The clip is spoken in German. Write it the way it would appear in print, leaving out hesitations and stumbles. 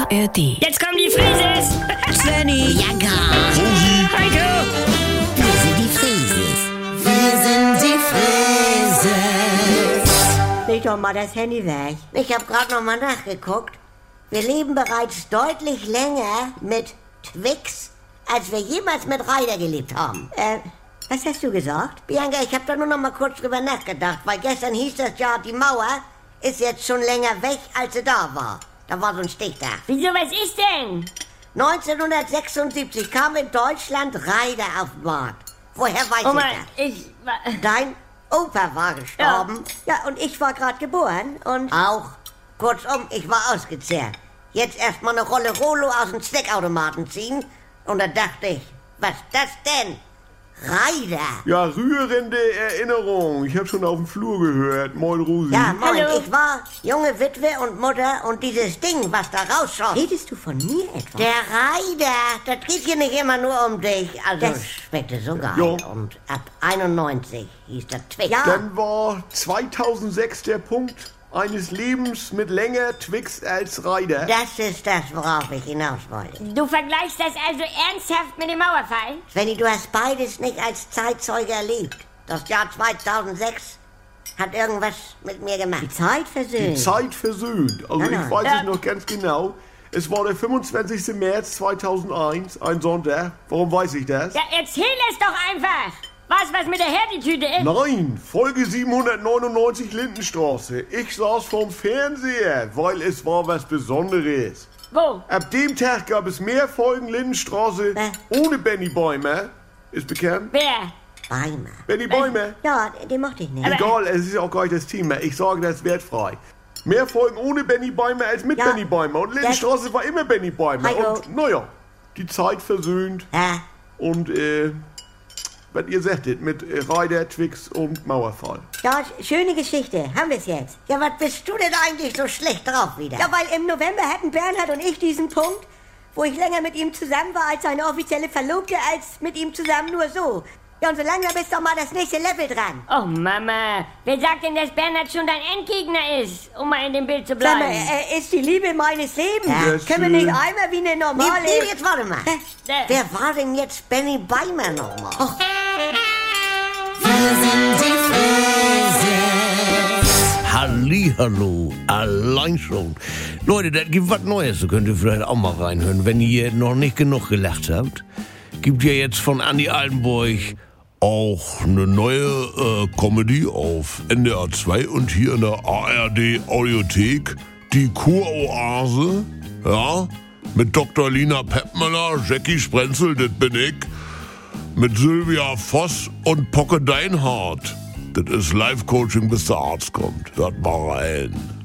ARD. Jetzt kommen die Frises! Svenny, Ja, gar. Heiko! Wir sind die Frieses. Wir sind die Frieses. leg doch mal das Handy weg. Ich habe gerade noch mal nachgeguckt. Wir leben bereits deutlich länger mit Twix, als wir jemals mit Ryder gelebt haben. Was hast du gesagt? Bianca, ich habe da nur noch mal kurz drüber nachgedacht, weil gestern hieß das ja, die Mauer ist jetzt schon länger weg, als sie da war. Da war so ein Stichtag. Wieso, was ist denn? 1976 kam in Deutschland Ryder auf den Markt. Woher weiß Oma, ich das? Dein Opa war gestorben. Ja, und ich war gerade geboren und... Auch. Kurzum, ich war ausgezehrt. Jetzt erstmal eine Rolle Rolo aus dem Snackautomaten ziehen. Und da dachte ich, was das denn? Ryder. Ja, rührende Erinnerung. Ich habe schon auf dem Flur gehört. Moin, Rosi. Ja, moin, Hallo. ich war junge Witwe und Mutter und dieses Ding, was da rausschaut. Redest du von mir etwa? Der Ryder, das geht hier nicht immer nur um dich. Also, Das- schmeckte so geil. Ja. Und ab 91 hieß das Twix. Ja. Dann war 2006 der Punkt eines Lebens mit länger Twix als Ryder. Das ist das, worauf ich hinaus wollte. Du vergleichst das also ernsthaft mit dem Mauerfall? Svenny, du hast beides nicht als Zeitzeuge erlebt. Das Jahr 2006 hat irgendwas mit mir gemacht. Die Zeit Die versöhnt. Zeit versöhnt. Also Nein, nein. ich weiß Ja. es noch ganz genau. Es war der 25. März 2001, ein Sonntag. Warum weiß ich das? Ja, erzähl es doch einfach! Was mit der Herditüte ist? Nein, Folge 799 Lindenstraße. Ich saß vorm Fernseher, weil es war was Besonderes. Wo? Ab dem Tag gab es mehr Folgen Lindenstraße ohne Benny Bäumer. Ist bekannt? Wer? Beimer. Benny Bäumer. Ja, den mochte ich nicht. Aber- Egal, es ist ja auch gar nicht das Thema. Ich sage das wertfrei. Mehr Folgen ohne Benny Bäumer als mit Ja. Benny Bäumer. Und Lindenstraße war immer Benny Bäumer. Heiko. Und naja, die Zeit versöhnt. Ja, Und was ihr sagtet mit Ryder, Twix und Mauerfall. Ja, schöne Geschichte. Haben wir es jetzt? ja, was bist du denn eigentlich so schlecht drauf wieder? Ja, weil im November hatten Bernhard und ich diesen Punkt, wo ich länger mit ihm zusammen war als seine offizielle Verlobte, als mit ihm zusammen nur so. Ja, und so langsam ist doch mal das nächste Level dran. Oh Mama, wer sagt denn, dass Bernhard schon dein Endgegner ist, um mal in dem Bild zu Sag mal, bleiben? er ist die Liebe meines Lebens. Ja, Können wir nicht schön. einmal wie eine Nee, normale... nee, jetzt warte mal. Äh. Wer war denn jetzt Benny Beimer nochmal? Hallihallo, allein schon. Leute, das gibt was Neues, da könnt ihr vielleicht auch mal reinhören, wenn ihr noch nicht genug gelacht habt. Gibt ja jetzt von Andi Altenburg auch eine neue Comedy auf NDR 2 und hier in der ARD Audiothek, die Kuroase, ja, mit Dr. Lina Peppmüller, Jackie Sprenzel, das bin ich, mit Sylvia Voss und Pocke Deinhardt. Das ist Live-Coaching, bis der Arzt kommt. Hört mal rein.